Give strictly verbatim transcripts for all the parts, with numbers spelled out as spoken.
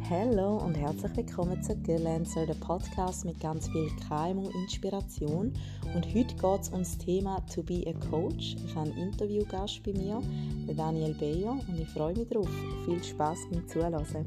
Hallo und herzlich willkommen zu Girlancer, der Podcast mit ganz viel K M U-Inspiration. Und heute geht es um das Thema «To be a Coach». Ich habe einen Interviewgast bei mir, den Daniel Beyer, und ich freue mich darauf. Viel Spass beim Zuhören.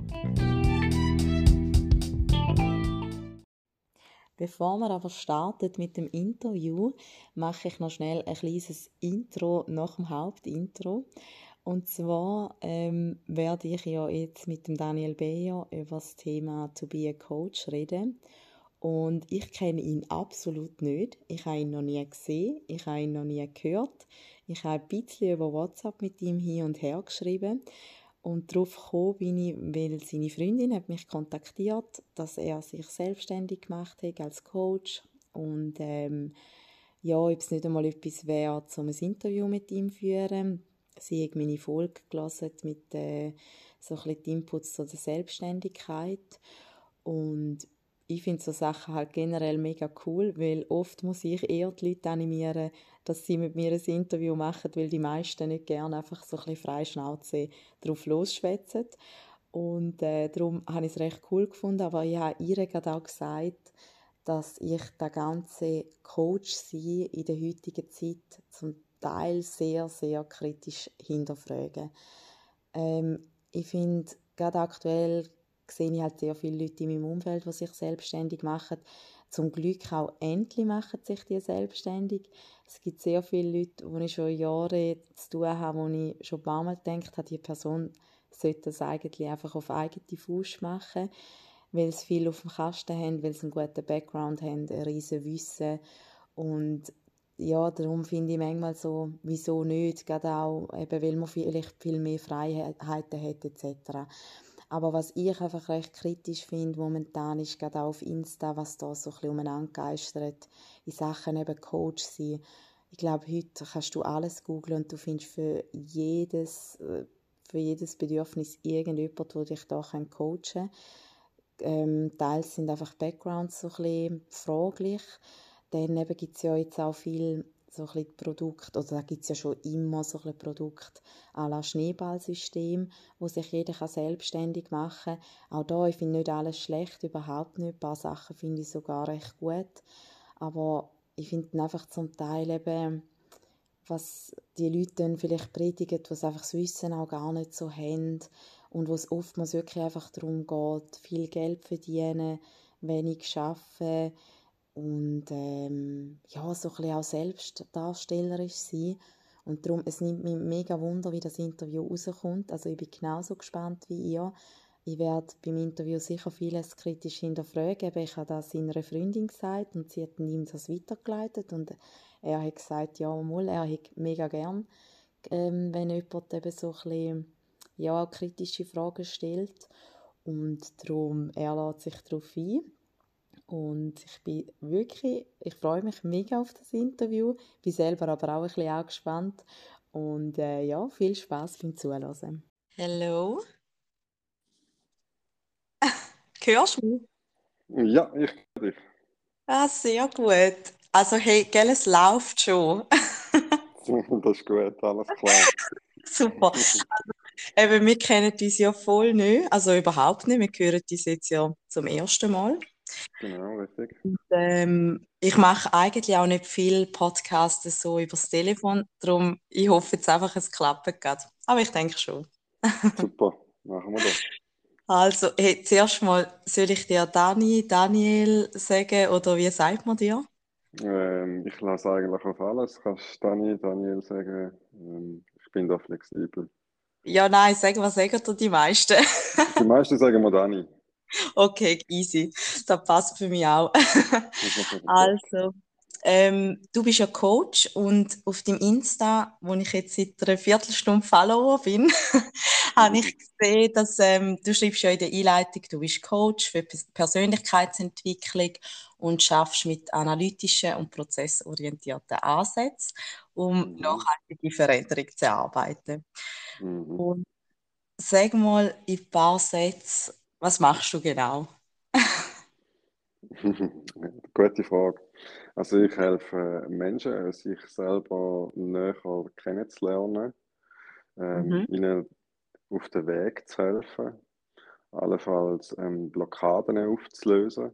Bevor wir aber starten mit dem Interview, mache ich noch schnell ein kleines Intro nach dem Hauptintro. Und zwar ähm, werde ich ja jetzt mit dem Daniel Beyer über das Thema «To be a Coach» reden. Und ich kenne ihn absolut nicht. Ich habe ihn noch nie gesehen, ich habe ihn noch nie gehört. Ich habe ein bisschen über WhatsApp mit ihm hin und her geschrieben. Und darauf gekommen bin ich, weil seine Freundin hat mich kontaktiert, dass er sich selbstständig gemacht hat als Coach. Und ähm, ja, ob es nicht einmal etwas wäre, um ein Interview mit ihm zu führen. Sie hat meine Folge gelesen mit äh, so ein bisschen Inputs zu der Selbstständigkeit. Und ich finde so Sachen halt generell mega cool, weil oft muss ich eher die Leute animieren, dass sie mit mir ein Interview machen, weil die meisten nicht gerne einfach so ein bisschen frei Schnauze drauf losschwätzen. Und äh, darum habe ich es recht cool gefunden, aber ich habe ihr gerade auch gesagt, dass ich das ganze Coach-Sein in der heutigen Zeit zum Teil sehr, sehr kritisch hinterfrage. Ähm, ich finde, gerade aktuell sehe ich halt sehr viele Leute in meinem Umfeld, die sich selbstständig machen. Zum Glück auch endlich machen sich die selbstständig. Es gibt sehr viele Leute, die ich schon Jahre zu tun habe, wo ich schon ein paar Mal gedacht habe, die Person sollte das eigentlich einfach auf eigene Faust machen, weil sie viel auf dem Kasten haben, weil sie einen guten Background haben, ein riesen Wissen. Und ja, darum finde ich manchmal so, wieso nicht, gerade auch, eben, weil man vielleicht viel mehr Freiheiten hat et cetera. Aber was ich einfach recht kritisch finde momentan, ist gerade auch auf Insta, was da so ein bisschen umeinander geistert, in Sachen eben Coach sein. Ich glaube, heute kannst du alles googlen und du findest für jedes, für jedes Bedürfnis irgendjemand, der dich da coachen kann. Ähm, teils sind einfach Backgrounds so ein bisschen fraglich. Dann gibt es ja jetzt auch viel so ein bisschen Produkte, oder da gibt es ja schon immer so ein bisschen Produkte à la Schneeballsystem, wo sich jeder kann selbstständig machen kann. Auch da, ich finde nicht alles schlecht, überhaupt nicht. Ein paar Sachen finde ich sogar recht gut. Aber ich finde einfach zum Teil eben, was die Leute dann vielleicht predigen, was einfach das Wissen auch gar nicht so haben und wo es oftmals wirklich einfach darum geht, viel Geld verdienen, wenig arbeiten und ähm, ja, so ein bisschen auch selbstdarstellerisch sein. Und darum, es nimmt mich mega Wunder, wie das Interview rauskommt. Also ich bin genauso gespannt wie ihr. Ich werde beim Interview sicher vieles kritisch hinterfragen. Ich habe das seiner Freundin gesagt und sie hat ihm das weitergeleitet. Und er hat gesagt, ja, mal, er hat mega gern, ähm, wenn jemand eben so ein bisschen, ja, kritische Fragen stellt. Und darum, er lässt sich darauf ein. Und ich bin wirklich, ich freue mich mega auf das Interview, bin selber aber auch ein bisschen auch gespannt. Und äh, ja, viel Spaß beim Zuhören. Hallo, hörst du mich? Ja, ich höre dich. Ah, sehr gut. Also hey, gell, es läuft schon. Das ist gut, alles klar. Super. Eben, wir kennen uns ja voll nicht, also überhaupt nicht. Wir hören uns jetzt ja zum ersten Mal. Genau, richtig. Und, ähm, ich mache eigentlich auch nicht viel Podcasts so übers Telefon, darum ich hoffe jetzt einfach, es klappt gerade. Aber ich denke schon. Super, machen wir das. Also, hey, zuerst mal, soll ich dir Dani, Daniel sagen oder wie sagt man dir? Ähm, ich lasse eigentlich auf alles. Kannst Dani, Daniel sagen. Ähm, ich bin da flexibel. Ja, nein, sagen, was sagen dir die meisten? Die meisten sagen mir Dani. Okay, easy. Das passt für mich auch. Top. Also, ähm, du bist ja Coach und auf dem Insta, wo ich jetzt seit einer Viertelstunde Follower bin, habe ich gesehen, dass ähm, du schreibst ja in der Einleitung, du bist Coach für Pers- Persönlichkeitsentwicklung und schaffst mit analytischen und prozessorientierten Ansätzen, um Mhm. nachhaltige Veränderung zu erarbeiten. Mhm. Und sag mal in ein paar Sätzen, was machst du genau? Gute Frage. Also ich helfe Menschen, sich selber näher kennenzulernen, ähm, Mhm. ihnen auf den Weg zu helfen. allenfalls ähm, Blockaden aufzulösen.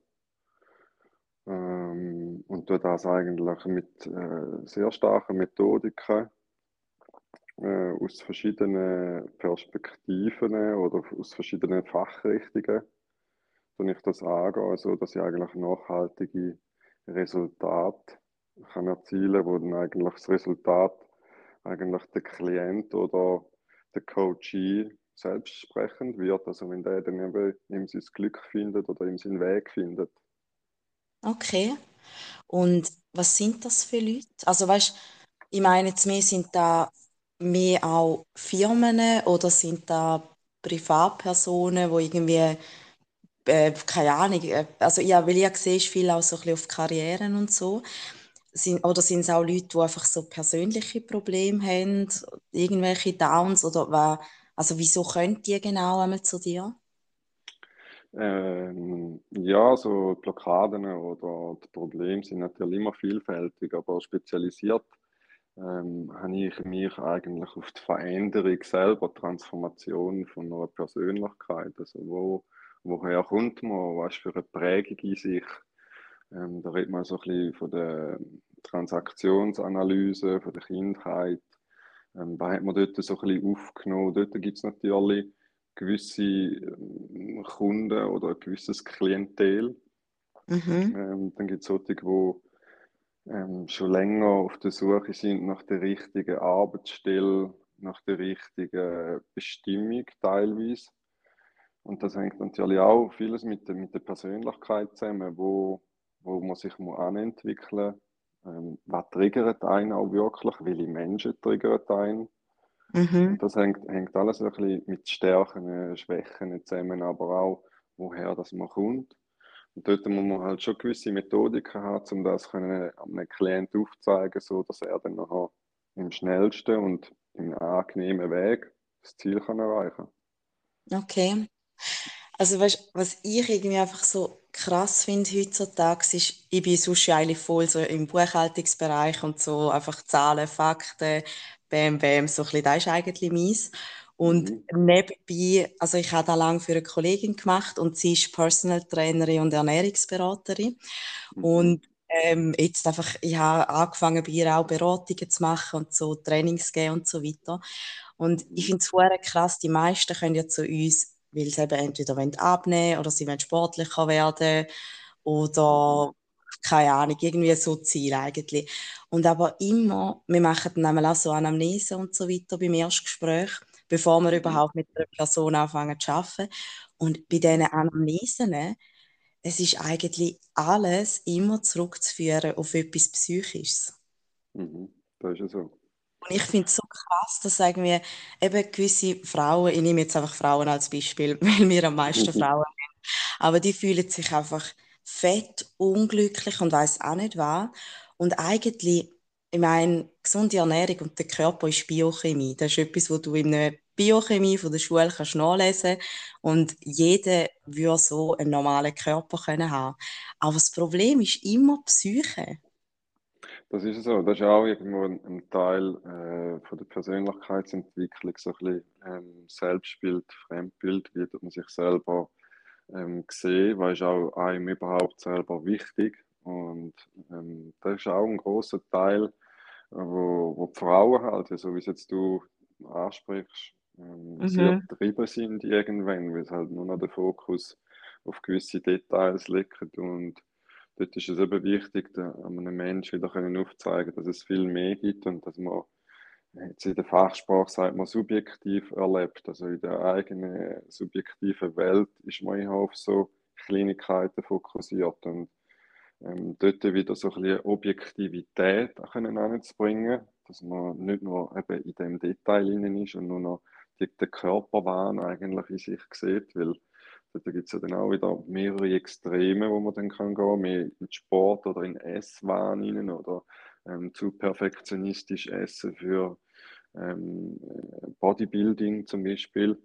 Ähm, und tue das eigentlich mit äh, sehr starken Methodiken äh, aus verschiedenen Perspektiven oder aus verschiedenen Fachrichtungen, wenn ich das angehe, so dass ich eigentlich nachhaltige Resultate kann erzielen, wo dann eigentlich das Resultat eigentlich der Klient oder der Coachee selbst sprechend wird, also wenn der dann eben ihm sein Glück findet oder ihm seinen Weg findet. Okay. Und was sind das für Leute? Also weißt, ich meine jetzt mehr, sind da mehr auch Firmen oder sind da Privatpersonen, wo irgendwie, äh, keine Ahnung, äh, also ja, weil ich sehe viel auch so ein bisschen auf Karrieren und so. Sind, oder sind es auch Leute, die einfach so persönliche Probleme haben, irgendwelche Downs oder was? Also wieso können die genau einmal zu dir? Ähm, ja, so die Blockaden oder die Probleme sind natürlich immer vielfältig, aber spezialisiert ähm, habe ich mich eigentlich auf die Veränderung selber, die Transformation von einer Persönlichkeit. Also wo, woher kommt man, was für eine Prägung in sich? Ähm, da redet man so ein bisschen von der Transaktionsanalyse, von der Kindheit. Ähm, was hat man dort so ein bisschen aufgenommen? Dort gibt es natürlich gewisse ähm, Kunden oder ein gewisses Klientel. Mhm. Ähm, dann gibt es solche, die ähm, schon länger auf der Suche sind nach der richtigen Arbeitsstelle, nach der richtigen Bestimmung teilweise. Und das hängt natürlich auch vieles mit der, mit der Persönlichkeit zusammen, wo, wo man sich muss anentwickeln muss. Ähm, was triggert einen auch wirklich? Welche Menschen triggern einen? Mhm. Und das hängt, hängt alles ein bisschen mit Stärken, äh, Schwächen zusammen, aber auch, woher das man kommt. Und dort muss man halt schon gewisse Methodiken haben, um das können einem Klienten aufzuzeigen, so dass er dann nachher im schnellsten und im angenehmen Weg das Ziel kann erreichen Okay. Also weißt, was ich irgendwie einfach so krass finde heutzutage, ist, ich bin sonst ja eigentlich voll so im Buchhaltungsbereich und so, einfach Zahlen, Fakten, bam, bam, so ein bisschen, das ist eigentlich meins. Und Mhm. nebenbei, also ich habe da lange für eine Kollegin gemacht und sie ist Personal Trainerin und Ernährungsberaterin. Mhm. Und ähm, jetzt einfach, ich habe angefangen, bei ihr auch Beratungen zu machen und so Trainings geben und so weiter. Und ich Mhm. finde es hure krass, die meisten können ja zu uns, weil sie eben entweder wollen abnehmen oder sie wollen sportlicher werden Mhm. oder keine Ahnung, irgendwie so Ziel eigentlich. Und aber immer, wir machen dann einmal auch so Anamnese und so weiter beim Erstgespräch, bevor wir Mhm. überhaupt mit der Person anfangen zu arbeiten. Und bei diesen Mhm. Anamnesen, es ist eigentlich alles immer zurückzuführen auf etwas Psychisches. Mhm. Das ist ja so. Und ich finde es so krass, dass sagen wir eben gewisse Frauen, ich nehme jetzt einfach Frauen als Beispiel, weil wir am meisten Frauen haben, aber die fühlen sich einfach fett, unglücklich und weiß auch nicht was. Und eigentlich, ich meine, gesunde Ernährung und der Körper ist Biochemie. Das ist etwas, was du in der Biochemie von der Schule kannst nachlesen und jeder würde so einen normalen Körper können haben. Aber das Problem ist immer die Psyche. Das ist so. Das ist auch irgendwo ein, ein Teil äh, von der Persönlichkeitsentwicklung, so ein bisschen ähm, Selbstbild, Fremdbild, wie tut man sich selber ähm, sehen, was ist auch einem überhaupt selber wichtig. Und ähm, das ist auch ein großer Teil, äh, wo, wo die Frauen halt, so wie es jetzt du ansprichst, ähm, sehr Mhm. getrieben sind irgendwann, weil es halt nur noch der Fokus auf gewisse Details liegt. Und dort ist es eben wichtig, da, einem Menschen wieder können aufzeigen, dass es viel mehr gibt und dass man jetzt in der Fachsprache sagt man subjektiv erlebt. Also in der eigenen subjektiven Welt ist man eher auf so Kleinigkeiten fokussiert und ähm, dort wieder so ein bisschen Objektivität können anzubringen, dass man nicht nur eben in dem Detail innen ist und nur noch die, den Körperwahn eigentlich in sich sieht, weil dort gibt es ja dann auch wieder mehrere Extreme, wo man dann kann gehen, mehr in Sport oder in Esswahn rein oder ähm, zu perfektionistisch essen für ähm, Bodybuilding zum Beispiel.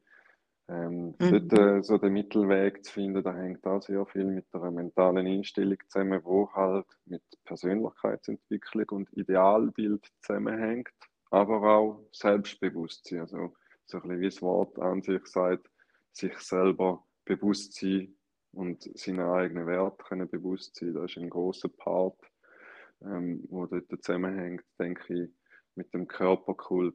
Ähm, dort Mhm. äh, so den Mittelweg zu finden, da hängt auch sehr viel mit der mentalen Einstellung zusammen, wo halt mit Persönlichkeitsentwicklung und Idealbild zusammenhängt, aber auch Selbstbewusstsein. Also so ein bisschen wie das Wort an sich sagt, sich selber Bewusstsein und seinen eigenen Wert können bewusst sein. Das ist ein großer Part, ähm, wo dort zusammenhängt, denke ich, mit dem Körperkult.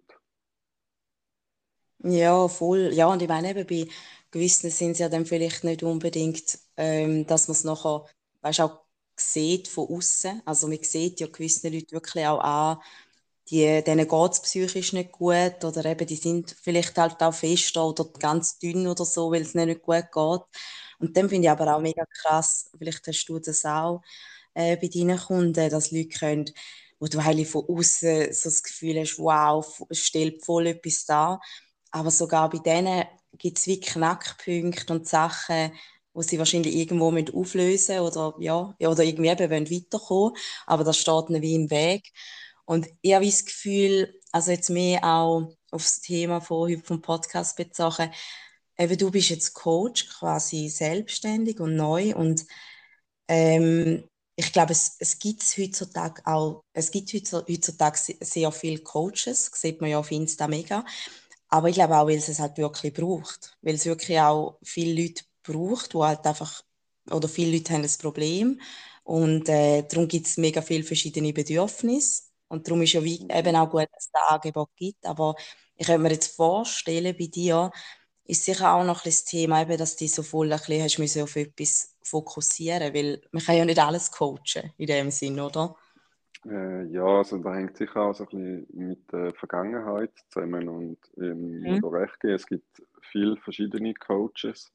Ja, voll. Ja, und ich meine, eben bei gewissen sind es ja dann vielleicht nicht unbedingt, ähm, dass man es nachher, weißt, auch sieht von außen. Also man sieht ja gewissen Leute wirklich auch an, die, denen geht es psychisch nicht gut oder eben die sind vielleicht halt auch fester oder ganz dünn oder so, weil es ihnen nicht gut geht. Und dann finde ich aber auch mega krass, vielleicht hast du das auch äh, bei deinen Kunden, dass Leute können, wo du eigentlich von außen so das Gefühl hast, wow, es stellt voll etwas dar. Aber sogar bei denen gibt es wie Knackpunkte und Sachen, wo sie wahrscheinlich irgendwo mit auflösen oder ja, ja, oder irgendwie eben wollen weiterkommen. Aber das steht ihnen wie im Weg. Und ich habe das Gefühl, also jetzt mehr auch auf das Thema von heute vom Podcast bezogen, eben du bist jetzt Coach, quasi selbstständig und neu und ähm, ich glaube, es, es gibt heutzutage auch, es gibt heutzutage se- sehr viele Coaches, das sieht man ja auf Insta mega, aber ich glaube auch, weil es es halt wirklich braucht, weil es wirklich auch viele Leute braucht, wo halt einfach, oder viele Leute haben ein Problem und äh, darum gibt es mega viele verschiedene Bedürfnisse und darum ist ja wie, eben Mhm. auch gut, dass es das Angebot gibt, aber ich könnte mir jetzt vorstellen, bei dir, ist sicher auch noch ein bisschen das Thema, eben, dass du dich so voll ein bisschen hast müssen auf etwas fokussieren, weil man kann ja nicht alles coachen in dem Sinn, oder? Äh, ja, also da hängt sicher auch so ein bisschen mit der Vergangenheit zusammen und ähm, ich muss Mhm. da recht geben, es gibt viele verschiedene Coaches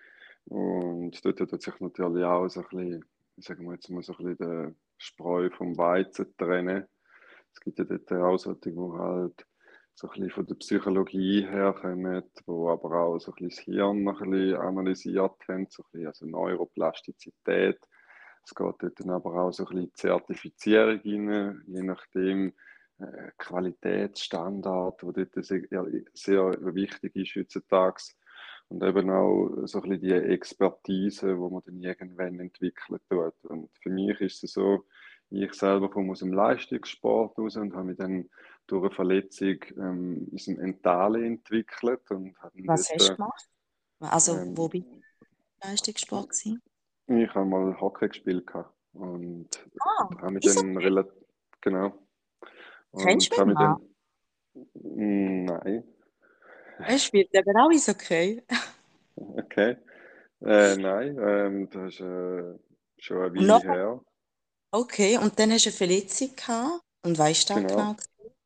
und dort tut sich natürlich auch so ein bisschen, ich sage mal jetzt mal so ein bisschen den Spreu vom Weizen trennen. Es gibt ja dort auch solche, die halt so ein bisschen von der Psychologie herkommen, wo aber auch so ein bisschen das Hirn noch ein bisschen analysiert haben, so ein bisschen also Neuroplastizität. Es geht dort dann aber auch so ein bisschen Zertifizierung rein, je nachdem äh, Qualitätsstandard, wo dort sehr, ja, sehr wichtig ist heutzutage. Und eben auch so ein bisschen die Expertise, wo man dann irgendwann entwickeln tut. Und für mich ist es so, ich selber komme aus dem Leistungssport raus und habe mich dann durch eine Verletzung ähm, ins Mentale entwickelt und habe dann Was hast du dort, gemacht? Also, wo ähm, bist du im Leistungssport gewesen? ich habe mal Hockey gespielt gehabt und Ah, habe mich wieso? dann relativ, genau, Kennst und du habe meinen mich Mann? dann, nein, Er spielt eben auch Eishockey. okay, äh, nein, ähm, das ist äh, schon eine Und Weile nachher, her, okay, und dann hast du eine Verletzung gehabt. Und weißt du das genau? genau,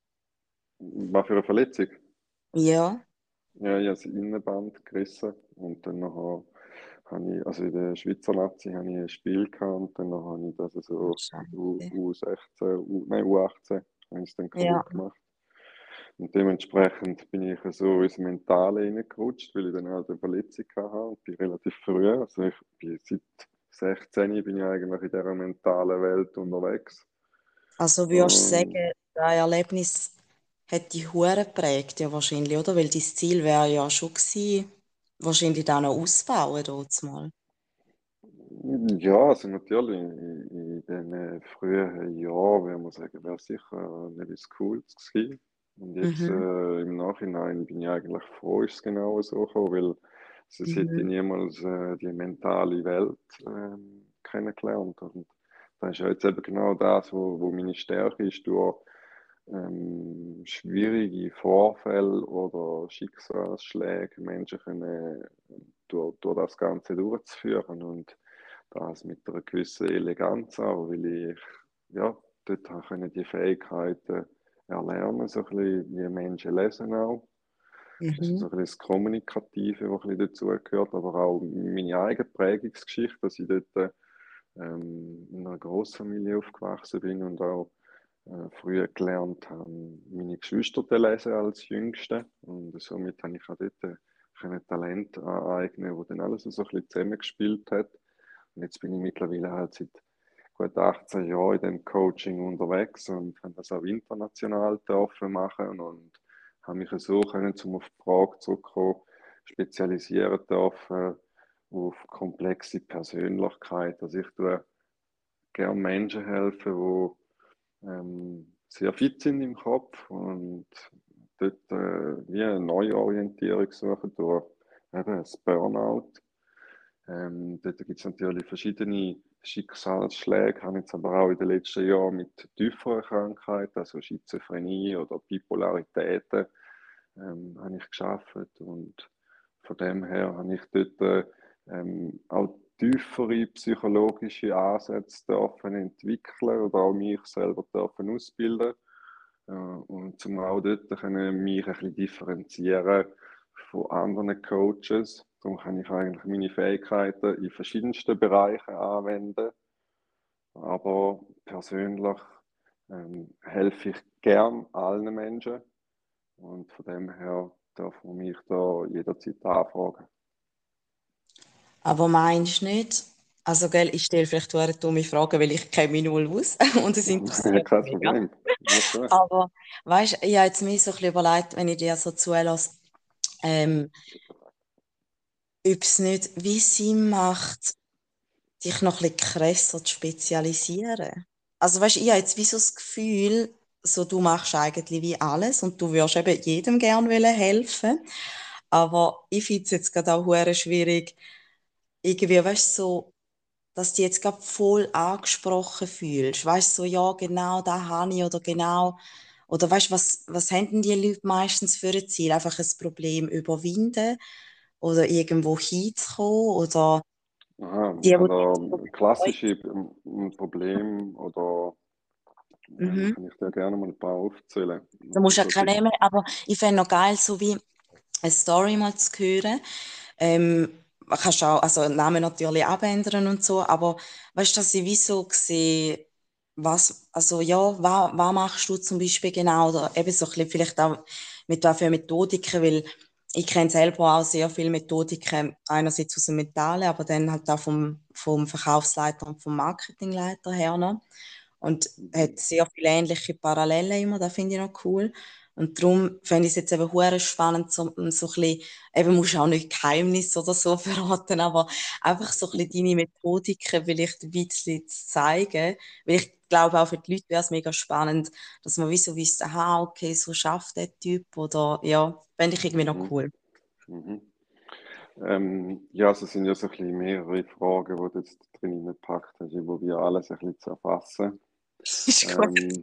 was für eine Verletzung. Ja, Ja, ich habe das Innenband gerissen und dann nachher habe ich, also in der Schweizer Nazi habe ich ein Spiel gehabt und dann nachher habe ich das so U, Scheiße. U16, U, nein, U achtzehn, habe ich es dann Ja, kaputt gemacht. Und dementsprechend bin ich so ins Mentale reingerutscht, weil ich dann halt eine Verletzung hatte und bin relativ früh, also ich bin seit sechzehn bin ich eigentlich in dieser mentalen Welt unterwegs. also würdest du Und sagen, das Erlebnis hat dich hure geprägt, ja wahrscheinlich, oder? Weil dein Ziel wäre ja schon gewesen, wahrscheinlich dann noch ausbauen dort mal. ja, also natürlich, in, in den äh, frühen Jahren, würde man sagen, wäre sicher etwas Cooles gewesen. Und jetzt Mhm. äh, im Nachhinein bin ich eigentlich froh, ist es genau so gekommen, weil sonst hätte ich Mhm. niemals äh, die mentale Welt ähm, kennengelernt. Und das ist ja jetzt eben genau das, wo, wo meine Stärke ist, durch ähm, schwierige Vorfälle oder Schicksalsschläge Menschen können durch, durch das Ganze durchzuführen. Und das mit einer gewissen Eleganz auch, weil ich ja, dort habe ich die Fähigkeiten erlernen, so ein bisschen wie Menschen lesen auch. Das ist so Mhm. ein bisschen das Kommunikative, was ein bisschen dazugehört, aber auch meine eigene Prägungsgeschichte, dass ich dort ähm, in einer Großfamilie aufgewachsen bin und auch äh, früher gelernt habe, meine Geschwister zu lesen als Jüngste. Und somit habe ich auch dort äh, ein Talent aneignen, wo dann alles so ein bisschen zusammengespielt hat. Und jetzt bin ich mittlerweile halt seit gut achtzehn Jahren in dem Coaching unterwegs und kann das auch international dürfen machen und habe mich so können, um auf die Frage zurückzukommen, spezialisieren dürfen auf komplexe Persönlichkeit. Also ich tue gerne Menschen helfen, die ähm, sehr fit sind im Kopf und dort äh, wie eine Neuorientierung suchen durch eben das Burnout. Ähm, dort gibt es natürlich verschiedene Schicksalsschläge, habe jetzt aber auch in den letzten Jahren mit tieferen Krankheiten, also Schizophrenie oder Bipolaritäten, ähm, habe ich geschafft und von dem her habe ich dort ähm, auch tiefere psychologische Ansätze dürfen entwickeln oder auch mich selber dürfen ausbilden. Äh, und zum auch dort können mich ein bisschen differenzieren von anderen Coaches. Darum kann ich eigentlich meine Fähigkeiten in verschiedensten Bereichen anwenden. Aber persönlich ähm, helfe ich gern allen Menschen. Und von dem her darf man mich da jederzeit anfragen. Aber meinst du nicht, also gell, ich stelle vielleicht eine dumme Frage, weil ich kenne mich null aus und es interessiert Kein mich mega. Problem. Ja, klar. Aber weißt du, ich habe jetzt mir so ein bisschen überlegt, wenn ich dir so zulasse, ähm, ob es nicht wie Sinn macht, dich noch ein bisschen krasser zu spezialisieren. Also weißt du, ich habe jetzt wie so das Gefühl, so du machst eigentlich wie alles und du würdest eben jedem gerne helfen. Aber ich finde es jetzt gerade auch hure schwierig, irgendwie, weißt du, so, dass du dich jetzt gerade voll angesprochen fühlst. Weißt du, so, ja, genau, da habe ich oder genau. Oder weißt du, was, was haben denn die Leute meistens für ein Ziel? Einfach ein Problem überwinden oder irgendwo hinzukommen oder Aha, die, die oder das klassische ähm, Problem oder ähm, mhm. kann ich dir gerne mal ein paar aufzählen. Du Also musst ja so keine gibt nehmen, aber ich fände noch geil, so wie eine Story mal zu hören. Ähm, man kannst auch, also den Namen natürlich abändern und so, aber weißt du, dass ich wie so sehe, was, also ja, was, was machst du zum Beispiel genau, oder eben so ein bisschen vielleicht auch mit was für Methodiken, weil ich kenne selber auch sehr viele Methodiken, einerseits aus dem Mentalen, aber dann halt auch vom, vom Verkaufsleiter und vom Marketingleiter her noch. Und hat sehr viele ähnliche Parallelen immer, das finde ich noch cool. Und darum fände ich es jetzt eben hure spannend, so, so ein bisschen, eben musst du auch nicht Geheimnis oder so verraten, aber einfach so ein bisschen deine Methodiken vielleicht ein bisschen zu zeigen. Weil ich glaube, auch für die Leute wäre es mega spannend, dass man wie so wüsste, aha, okay, so schafft der Typ oder ja, fände ich irgendwie noch mhm, cool. mhm. Ähm, ja, also es sind ja so ein bisschen mehrere Fragen, die du jetzt drin gepackt hast, über wie alles ein bisschen zu erfassen. Ist gut. Ähm,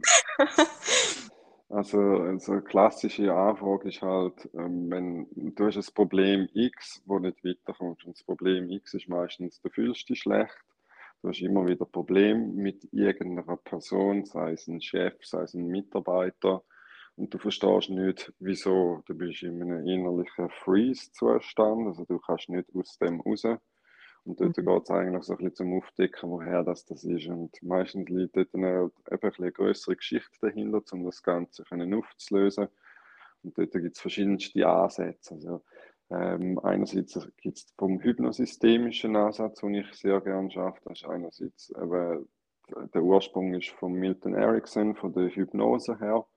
also, also eine klassische Anfrage ist halt, ähm, wenn du hast ein Problem X, wo nicht weiterkommst. Und das Problem X ist meistens, du fühlst dich schlecht, du hast immer wieder Probleme mit irgendeiner Person, sei es ein Chef, sei es ein Mitarbeiter, und du verstehst nicht, wieso. Du bist in einem innerlichen Freeze-Zustand, also du kannst nicht aus dem raus. Und dort geht Mhm. es eigentlich so ein bisschen zum Aufdecken, woher das, das ist. Und meistens liegt dort eine, eben ein bisschen eine größere Geschichte dahinter, um das Ganze können aufzulösen. Und dort gibt es verschiedenste Ansätze. Also, ähm, einerseits gibt es vom hypnosystemischen Ansatz, den ich sehr gerne schaffe. Das ist einerseits eben, der Ursprung ist von Milton Erickson, von der Hypnose her.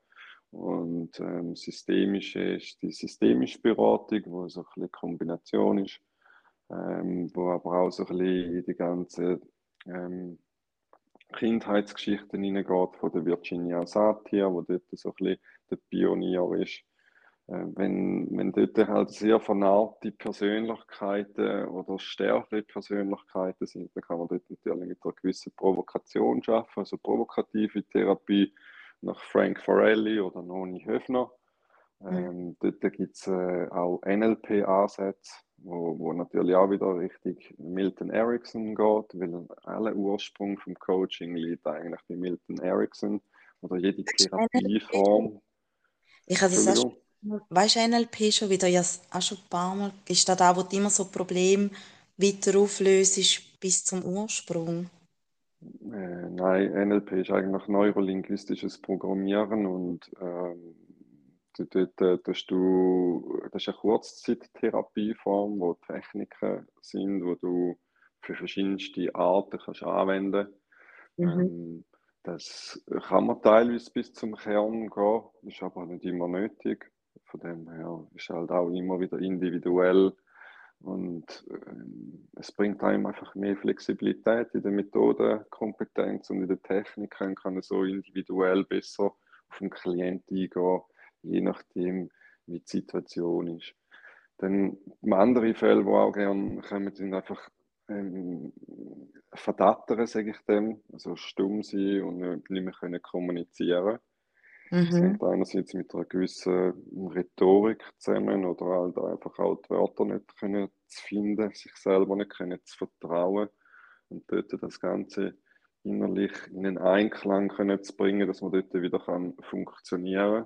Und ähm, systemische ist die systemische Beratung, wo so ein bisschen eine Kombination ist, ähm, wo aber auch so ein bisschen in die ganze ähm, Kindheitsgeschichten hineingeht von der Virginia Satir, wo dort so ein bisschen der Pionier ist. Äh, wenn, wenn dort halt sehr vernarbte Persönlichkeiten oder stärkere Persönlichkeiten sind, dann kann man dort natürlich mit einer gewissen Provokation schaffen, also provokative Therapie nach Frank Farelli oder Noni Höfner. Mhm. Ähm, dort gibt es äh, auch N L P-Ansätze, wo, wo natürlich auch wieder richtig Milton Erickson geht, weil aller Ursprung vom Coaching liegt eigentlich bei Milton Erickson oder jede N L P schon. Therapieform. Ich habe das auch Entschuldigung. schon, weißt du, N L P schon wieder, ja, auch schon ein paar Mal, ist das da, wo du immer so Probleme weiter auflöst bis zum Ursprung? Äh, nein, N L P ist eigentlich neurolinguistisches Programmieren und ähm, dort, dort, äh, das, du, das ist eine Kurzzeittherapieform, wo Techniken sind, wo du für verschiedenste Arten kannst anwenden. Mhm. Ähm, das kann man teilweise bis zum Kern gehen, ist aber nicht immer nötig. Von dem her ist halt auch immer wieder individuell und ähm, es bringt einem einfach mehr Flexibilität in der Methodenkompetenz und in der Technik und kann so individuell besser auf den Klienten eingehen, je nachdem, wie die Situation ist. Dann andere Fälle, die auch gerne kommen, sind einfach ähm, verdattern, sage ich dem, also stumm sein und nicht nicht mehr können kommunizieren. Das Mhm. hängt einerseits mit einer gewissen Rhetorik zusammen oder halt einfach auch die Wörter nicht können zu finden, sich selber nicht können zu vertrauen und dort das Ganze innerlich in einen Einklang können zu bringen, dass man dort wieder kann funktionieren.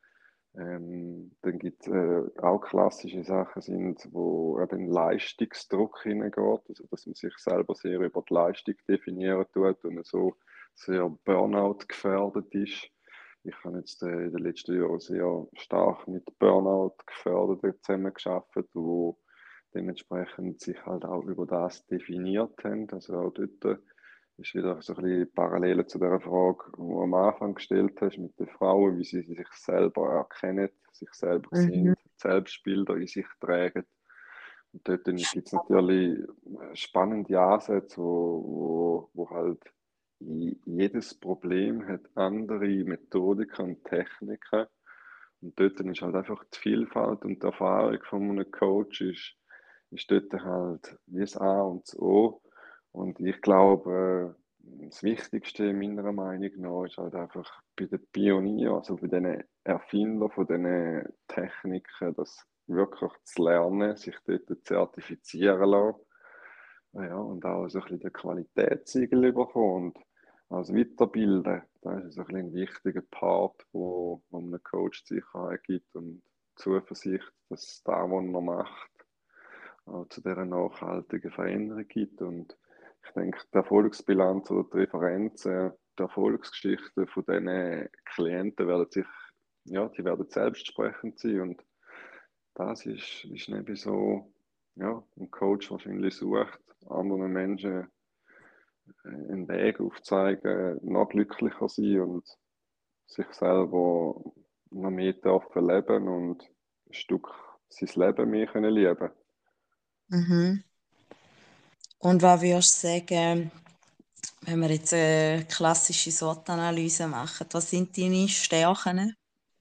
Ähm, dann gibt es äh, auch klassische Sachen, sind, wo eben Leistungsdruck hineingeht, also dass man sich selber sehr über die Leistung definieren tut und so sehr Burnout gefährdet ist. Ich habe jetzt äh, in den letzten Jahren sehr stark mit Burnout Gefährdeten zusammengearbeitet, wo dementsprechend sich halt auch über das definiert haben. Also auch dort ist wieder so ein bisschen Parallele zu der Frage, die du am Anfang gestellt hast, mit den Frauen, wie sie sich selber erkennen, sich selber Mhm. sehen, Selbstbilder in sich tragen. Und dort gibt es natürlich spannende Ansätze, wo, wo, wo halt jedes Problem hat andere Methodiken und Techniken. Und dort ist halt einfach die Vielfalt und die Erfahrung von einem Coach ist, ist dort halt wie das A und das O. Und ich glaube, äh, das Wichtigste meiner Meinung nach ist halt einfach bei den Pionieren, also bei den Erfindern von diesen Techniken, das wirklich zu lernen, sich dort zertifizieren lassen. Ja, und auch so ein bisschen den Qualitätssiegel bekommen. Und als Weiterbilden, das ist so ein bisschen ein wichtiger Part, wo, wo einem Coach Sicherheit gibt und Zuversicht, dass das, was er macht, auch zu dieser nachhaltigen Veränderung gibt. Und ich denke, die Erfolgsbilanz oder die Referenzen, die Erfolgsgeschichten von diesen Klienten werden sich, ja, die werden selbstsprechend sein. Und das ist, ist eben so, ja, ein Coach wahrscheinlich sucht, anderen Menschen einen Weg aufzeigen, noch glücklicher sein und sich selber noch mehr dürfen leben und ein Stück sein Leben mehr können lieben. Mhm. Und was würdest du sagen, wenn wir jetzt eine klassische SWOT-Analyse machen, was sind deine Stärken?